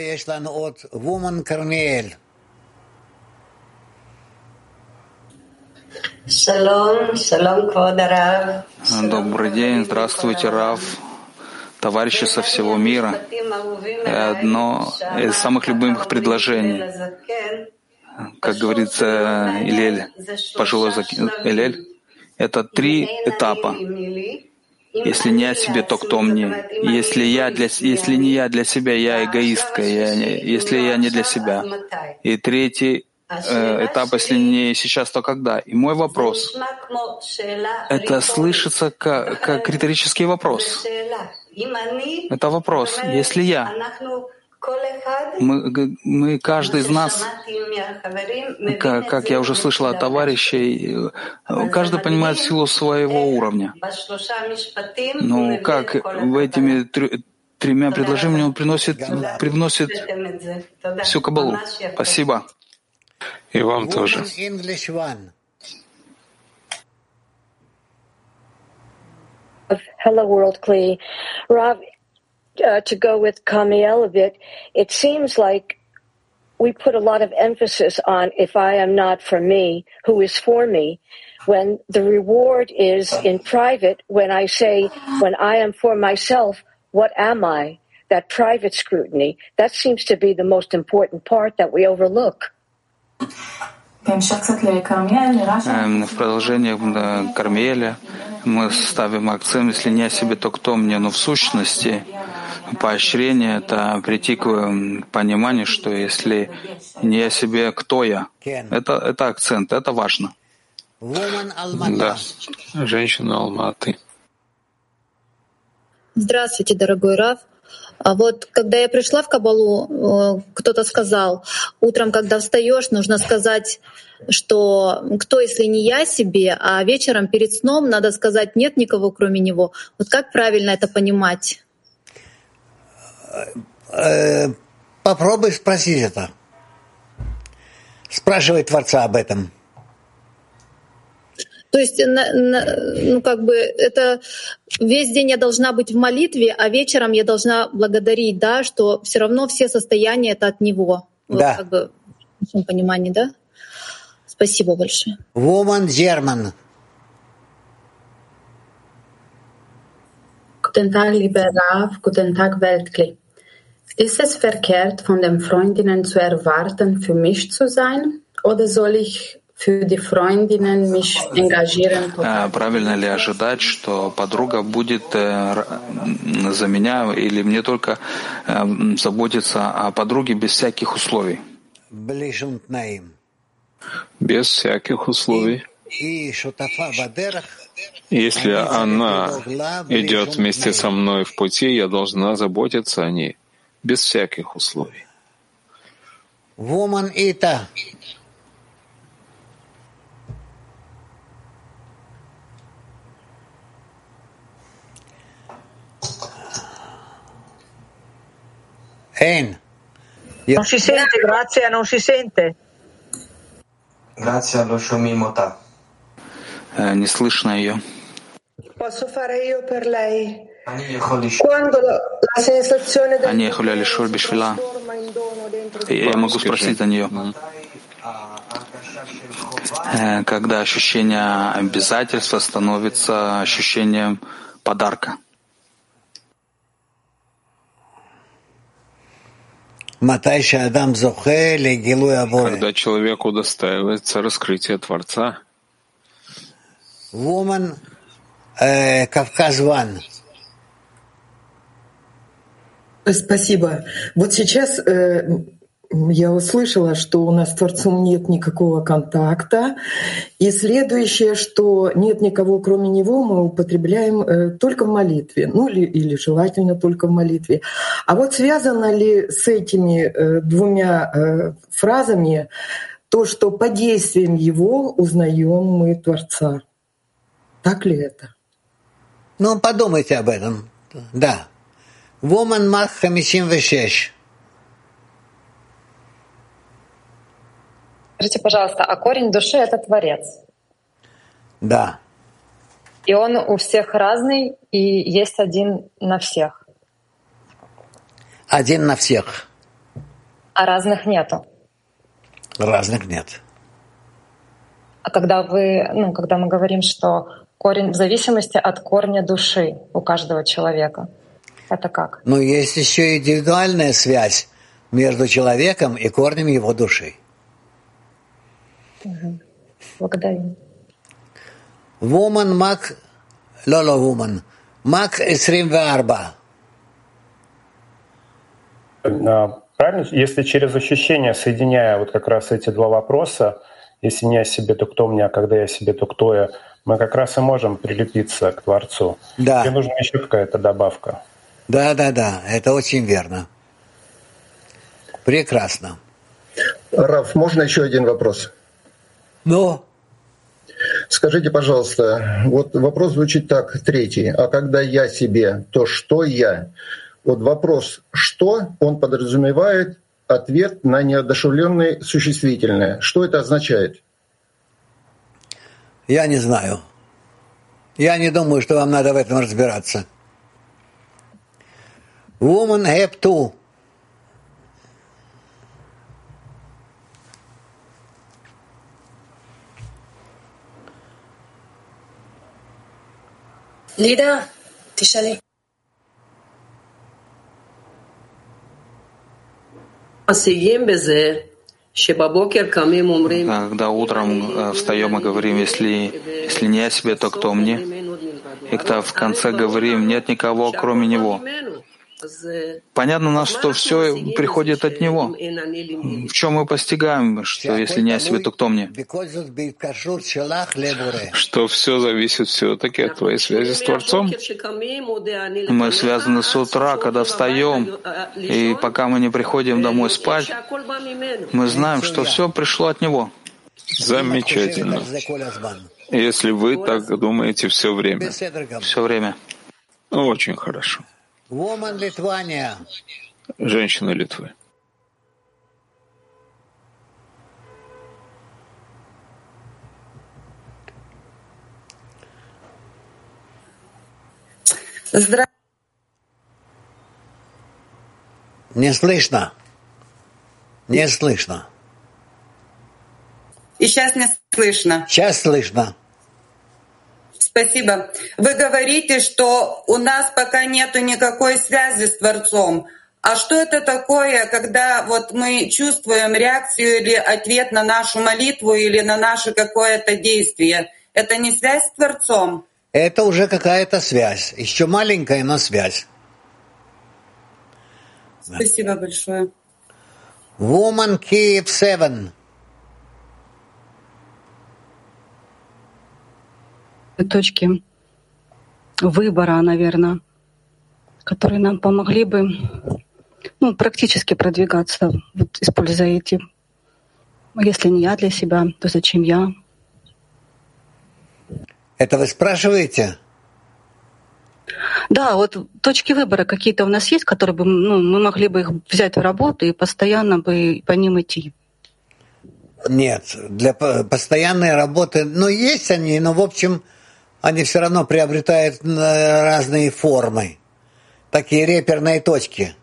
Добрый день, здравствуйте, Рав, товарищи со всего мира. Одно из самых любимых предложений, как говорится, Илель, пожилой Илель, это три этапа. Если не я себе, то кто мне? Если, я для, если не я для себя, я эгоистка, я, если я не для себя. И третий этап, если не сейчас, то когда? И мой вопрос, это слышится как, как риторический вопрос. Это вопрос. Если я, мы, мы каждый из нас, как, как я уже слышал от товарищей, каждый понимает в силу своего уровня. Но как в этими тремя предложениями он приносит, привносит всю кабалу? Спасибо. И вам тоже. Hello, World Kli. Rav, uh, to go with Kamiel a bit, it seems like we put a lot of emphasis on if I am not for me, who is for me, when the reward is in private, when I say, when I am for myself, what am I? That private scrutiny, that seems to be the most important part that we overlook. В продолжение Кармиэля мы ставим акцент, если не о себе, то кто мне? Но в сущности поощрение — это прийти к пониманию, что если не о себе, кто я? Это, это акцент, это важно. Да, женщина Алматы. Здравствуйте, дорогой Рав. А вот когда я пришла в Каббалу, кто-то сказал, утром, когда встаешь, нужно сказать, что кто, если не я себе, а вечером перед сном надо сказать нет никого, кроме него. Вот как правильно это понимать? Попробуй спросить это. Спрашивай Творца об этом. То есть, ну как бы это весь день я должна быть в молитве, а вечером я должна благодарить, да, что все равно все состояния это от Него. Да. Вот, как бы в вашем понимании, да? Спасибо большое. Woman German. Guten Tag, lieber Rav, guten Tag, Weltkli. Ist es verkehrt, von den Freundinnen zu erwarten, für mich zu sein? Oder soll ich für die Freundinnen mich engagieren? Правильно ли ожидать, что подруга будет за меня, или мне только заботиться о подруге без всяких условий? Без всяких условий. Если она идет вместе со мной в пути, я должна заботиться о ней без всяких условий. Woman Ita. En. Non si sente, Grazia, non si sente. Грация Лошумимута. Не слышно ее. Posso fare io per lei? Quando la sensazione del Они хуляли шор бишвила. Я могу спросить за нее. Когда ощущение обязательства становится ощущением подарка. Когда человек удостаивается раскрытия Творца. Woman Кавказ One. Спасибо. Вот сейчас э, я услышала, что у нас с Творцом нет никакого контакта. И следующее, что нет никого, кроме Него, мы употребляем э, только в молитве. Ну или, или желательно только в молитве. А вот связано ли с этими э, двумя э, фразами то, что под действием Его узнаем мы Творца? Так ли это? Ну, подумайте об этом. Да. Woman Mach пятьдесят шесть. Скажите, пожалуйста, а корень души — это Творец? Да. И он у всех разный, и есть один на всех? Один на всех. А разных нету? Разных нет. А когда вы, ну, когда мы говорим, что корень в зависимости от корня души у каждого человека, это как? Но есть еще индивидуальная связь между человеком и корнем его души. Угу. Благодарю. Woman Mach, Лоло Woman, Mach двадцать четыре. Правильно? Если через ощущение, соединяя вот как раз эти два вопроса, если не о себе, то кто мне, а когда я о себе, то кто я, мы как раз и можем прилепиться к Творцу. Да. Мне нужна еще какая-то добавка. Да, да, да, это очень верно. Прекрасно. Раф, можно еще один вопрос? Ну? Скажите, пожалуйста, вот вопрос звучит так, третий. А когда я себе, то что я? Вот вопрос «что» он подразумевает ответ на неодушевленное существительное. Что это означает? Я не знаю. Я не думаю, что вам надо в этом разбираться. Woman have to. לידה, תשאלי. Когда утром встаем и говорим, если, если не я себе, то кто мне? И когда в конце говорим, нет никого, кроме Него. Понятно нас, что все приходит от Него. В чем мы постигаем, что если не о себе, то кто мне? Что все зависит все-таки от твоей связи с Творцом. Мы связаны с утра, когда встаем, и пока мы не приходим домой спать, мы знаем, что все пришло от Него. Замечательно. Если вы так думаете все время. Все время. Очень хорошо. Женщина Литвы. Здравствуйте. Не слышно. Не слышно. И сейчас не слышно. Сейчас слышно. Спасибо. Вы говорите, что у нас пока нету никакой связи с Творцом. А что это такое, когда вот мы чувствуем реакцию или ответ на нашу молитву или на наше какое-то действие? Это не связь с Творцом? Это уже какая-то связь. Еще маленькая, но связь. Спасибо большое. Woman Kiev seven. Точки выбора, наверное, которые нам помогли бы, ну, практически продвигаться, вот, используя эти. Если не я для себя, то зачем я? Это вы спрашиваете? Да, вот точки выбора какие-то у нас есть, которые бы, ну, мы могли бы их взять в работу и постоянно бы по ним идти. Нет, для постоянной работы, ну, есть они, но, в общем, они все равно приобретают разные формы. Такие реперные точки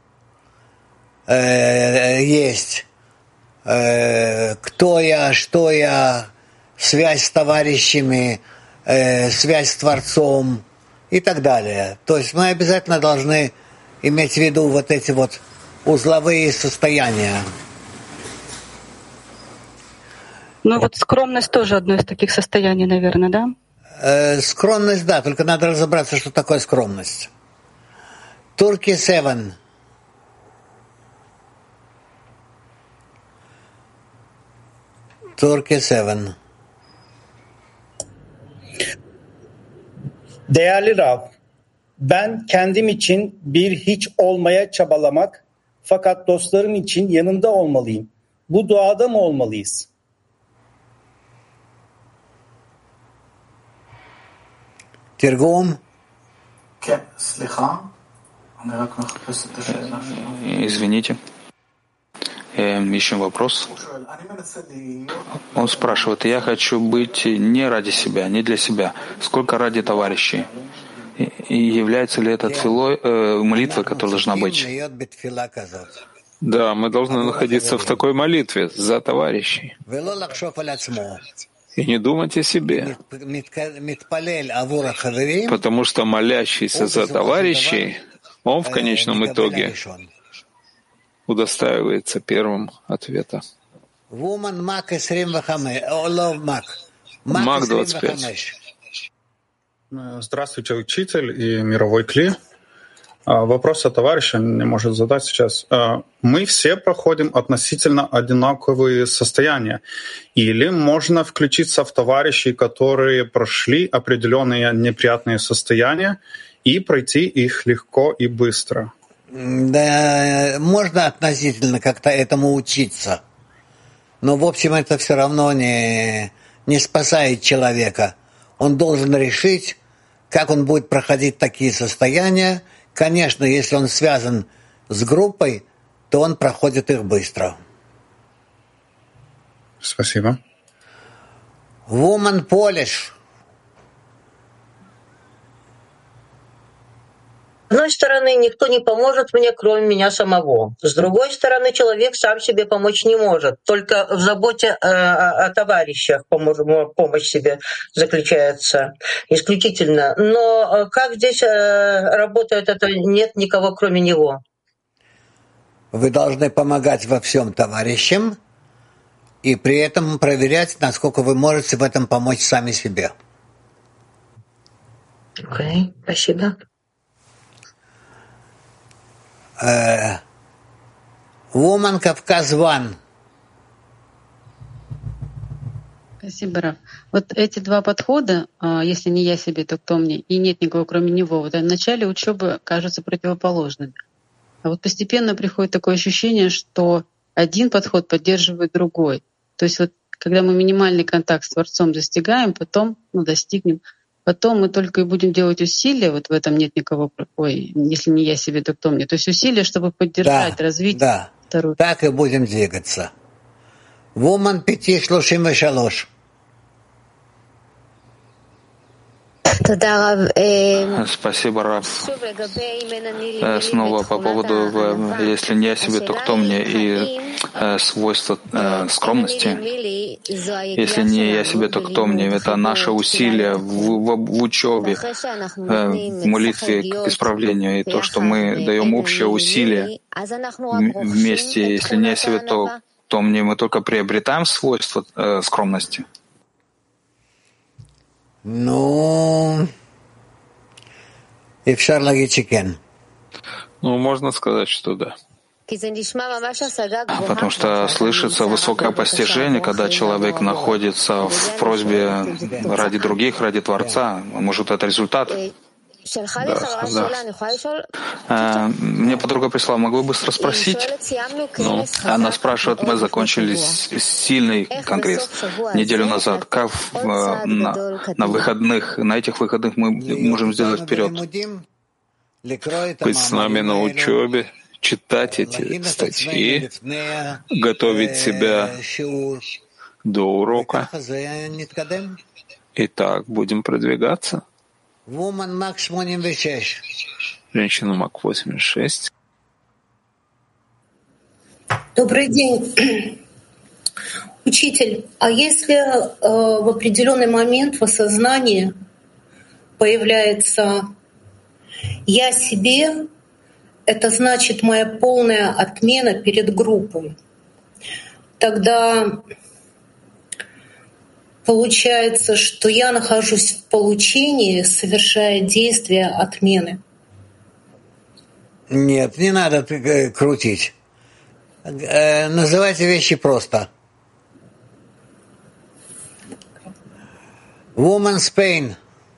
э, есть. Э, кто я, что я, связь с товарищами, э, связь с Творцом и так далее. То есть мы обязательно должны иметь в виду вот эти вот узловые состояния. Ну вот скромность тоже одно из таких состояний, наверное, да? Э, скромность, да, только надо разобраться, что такое скромность. Турки семь. Turkey seven. Değerli Rav, ben kendim için bir hiç olmaya çabalamak, fakat dostlarım için yanında olmalıyım. Bu duada mı olmalıyız? Тергум. Извините. Еще вопрос. Он спрашивает, я хочу быть не ради себя, не для себя, сколько ради товарищей. И является ли это тфилой, э, молитвой, которая должна быть? Да, мы должны находиться в такой молитве за товарищей. И не думать о себе. Потому что молящийся за товарищей, он в конечном итоге удостаивается первым ответа. Мак двадцать пять. Здравствуйте, учитель и мировой Кли. Вопрос от товарища не может задать сейчас. Мы все проходим относительно одинаковые состояния. Или можно включиться в товарищей, которые прошли определенные неприятные состояния, и пройти их легко и быстро? Да, можно относительно как-то этому учиться. Но, в общем, это все равно не, не спасает человека. Он должен решить, как он будет проходить такие состояния. Конечно, если он связан с группой, то он проходит их быстро. Спасибо. Woman Polish. С одной стороны, никто не поможет мне, кроме меня самого. С другой стороны, человек сам себе помочь не может. Только в заботе о, о товарищах помощь себе заключается исключительно. Но как здесь работает это? Нет никого, кроме него. Вы должны помогать во всем товарищам и при этом проверять, насколько вы можете в этом помочь сами себе. Окей, okay, спасибо. Woman Кавказ One. Спасибо, Раф. Вот эти два подхода, если не я себе, то кто мне, и нет никого кроме него, вот в начале учебы кажутся противоположными. А вот постепенно приходит такое ощущение, что один подход поддерживает другой. То есть вот когда мы минимальный контакт с Творцом достигаем, потом ну, достигнем, потом мы только и будем делать усилия, вот в этом нет никого, ой, если не я себе, то кто мне. То есть усилия, чтобы поддержать, да, развить да. вторую. Так и будем двигаться. Woman пять шлошим ושלוש. Спасибо, Рав. Снова по поводу, если не я себе, то кто мне, и свойства скромности. Если не я себе, то кто мне? Это наше усилие в, в, в учебе, в молитве к исправлению, и то, что мы даем общее усилие вместе. Если не я себе, то кто мне? Мы только приобретаем свойства скромности. Ну, ну, можно сказать, что да. Потому что слышится высокое постижение, когда человек находится в просьбе ради других, ради Творца. Может, это результат? Да, да. А, мне подруга прислала, могу быстро спросить? Ну, она спрашивает, мы закончили сильный конгресс неделю назад. Как в, на, на выходных, на этих выходных мы можем сделать вперед? Быть с нами на учебе, читать эти статьи, готовить себя до урока. И так будем продвигаться. Женщина МАК восемьдесят шесть. Добрый день. Учитель, а если э, в определенный момент в осознании появляется «я себе», это значит моя полная отмена перед группой, тогда получается, что я нахожусь в получении, совершая действия отмены. Нет, не надо крутить. Называйте вещи просто. Woman's pain.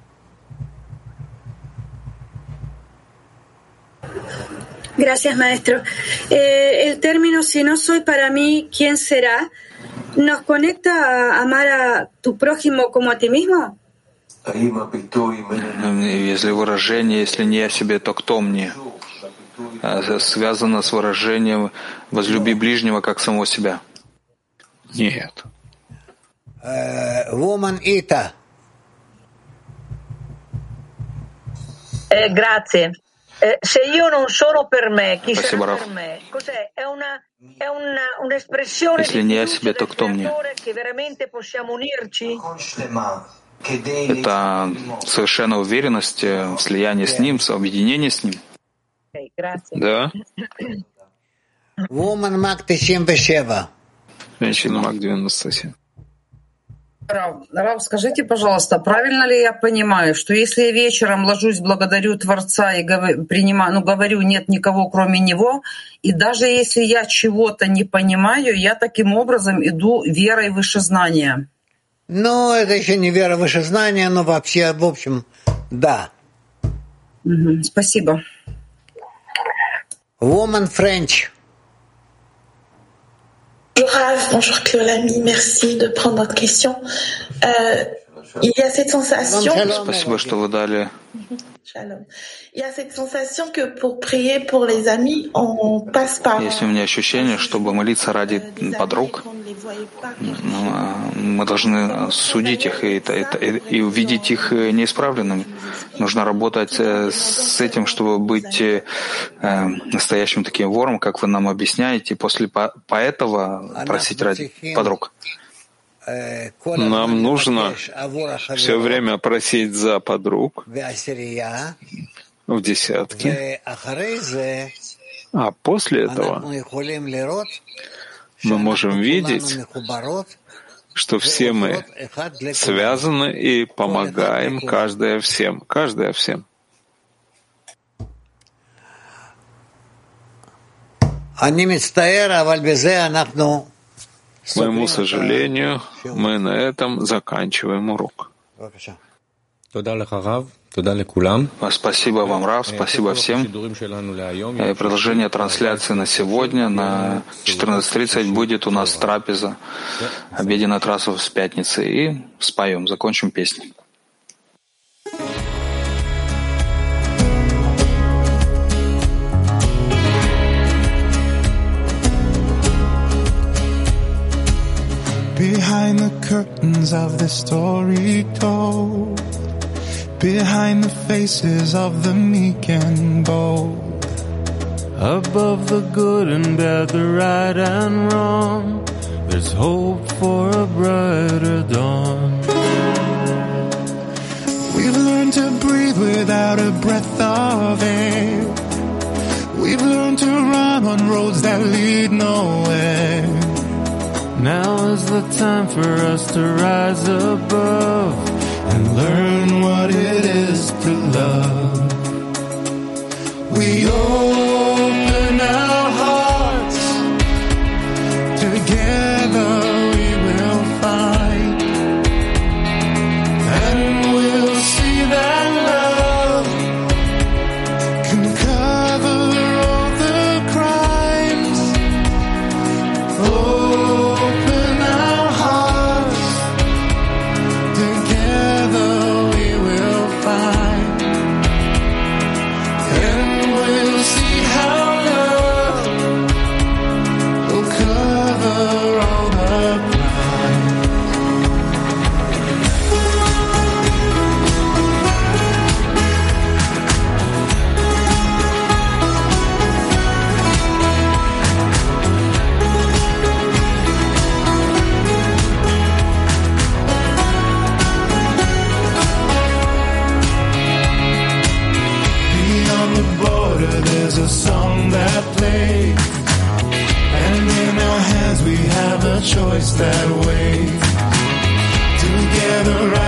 Gracias, maestro. Eh, el término «si no soy para mí, ¿quién será?» ¿nos conecta a amar a tu prójimo como a ti mismo? Если выражение, если не я себе, то кто мне? Связано с выражением «возлюби ближнего, как самого себя». Нет. Woman Ita. Eh, grazie. Eh, se io non sono per me, chi sarà per me? Cos'è? È una, è una, un'espressione Если не я себе, то кто мне? che veramente possiamo unirci? Это совершенная уверенность в слиянии с Ним, в объединении с Ним. Okay, grazie. Да. Woman МАК девяносто семь. Женщина МАК девяносто семь. Рав, Рав, скажите, пожалуйста, правильно ли я понимаю, что если я вечером ложусь, благодарю Творца и говорю, принимаю, ну, говорю нет никого кроме Него, и даже если я чего-то не понимаю, я таким образом иду верой выше знания? Ну, это еще не вера выше знания, но вообще, в общем, да. Угу, спасибо. Woman French. Bonjour Rav, bonjour Cléolami, merci de prendre notre question. Euh, il y a cette sensation. Спасибо, что вы дали. Il y a cette sensation que pour prier pour les amis, on passe par. Есть у меня ощущение, чтобы молиться ради подруг, мы должны судить их и, и, и увидеть их неисправленными. Нужно работать с этим, чтобы быть э, настоящим таким вором, как вы нам объясняете, и после по, по этого просить ради подруг. Нам нужно все время просить за подруг в десятке, а после этого мы можем видеть, что все мы связаны и помогаем каждая всем, каждая всем. К моему сожалению, мы на этом заканчиваем урок. Спасибо вам, Рав, спасибо всем. Продолжение трансляции на сегодня на четырнадцать тридцать будет у нас трапеза, обеденная трапеза с пятницы, и споем, закончим песней. Behind the curtains of the story told, behind the faces of the meek and bold, above the good and bad, the right and wrong, there's hope for a brighter dawn. We've learned to breathe without a breath of air. We've learned to run on roads that lead nowhere. Now is the time for us to rise above and learn what it is to love. We open our hearts, together we will find, and we'll see that love can cover all the crimes. Open our hearts, together we will find, and we'll see how love will cover all the crimes. Beyond the border there's a song that plays, and in our hands we have a choice that waits. Together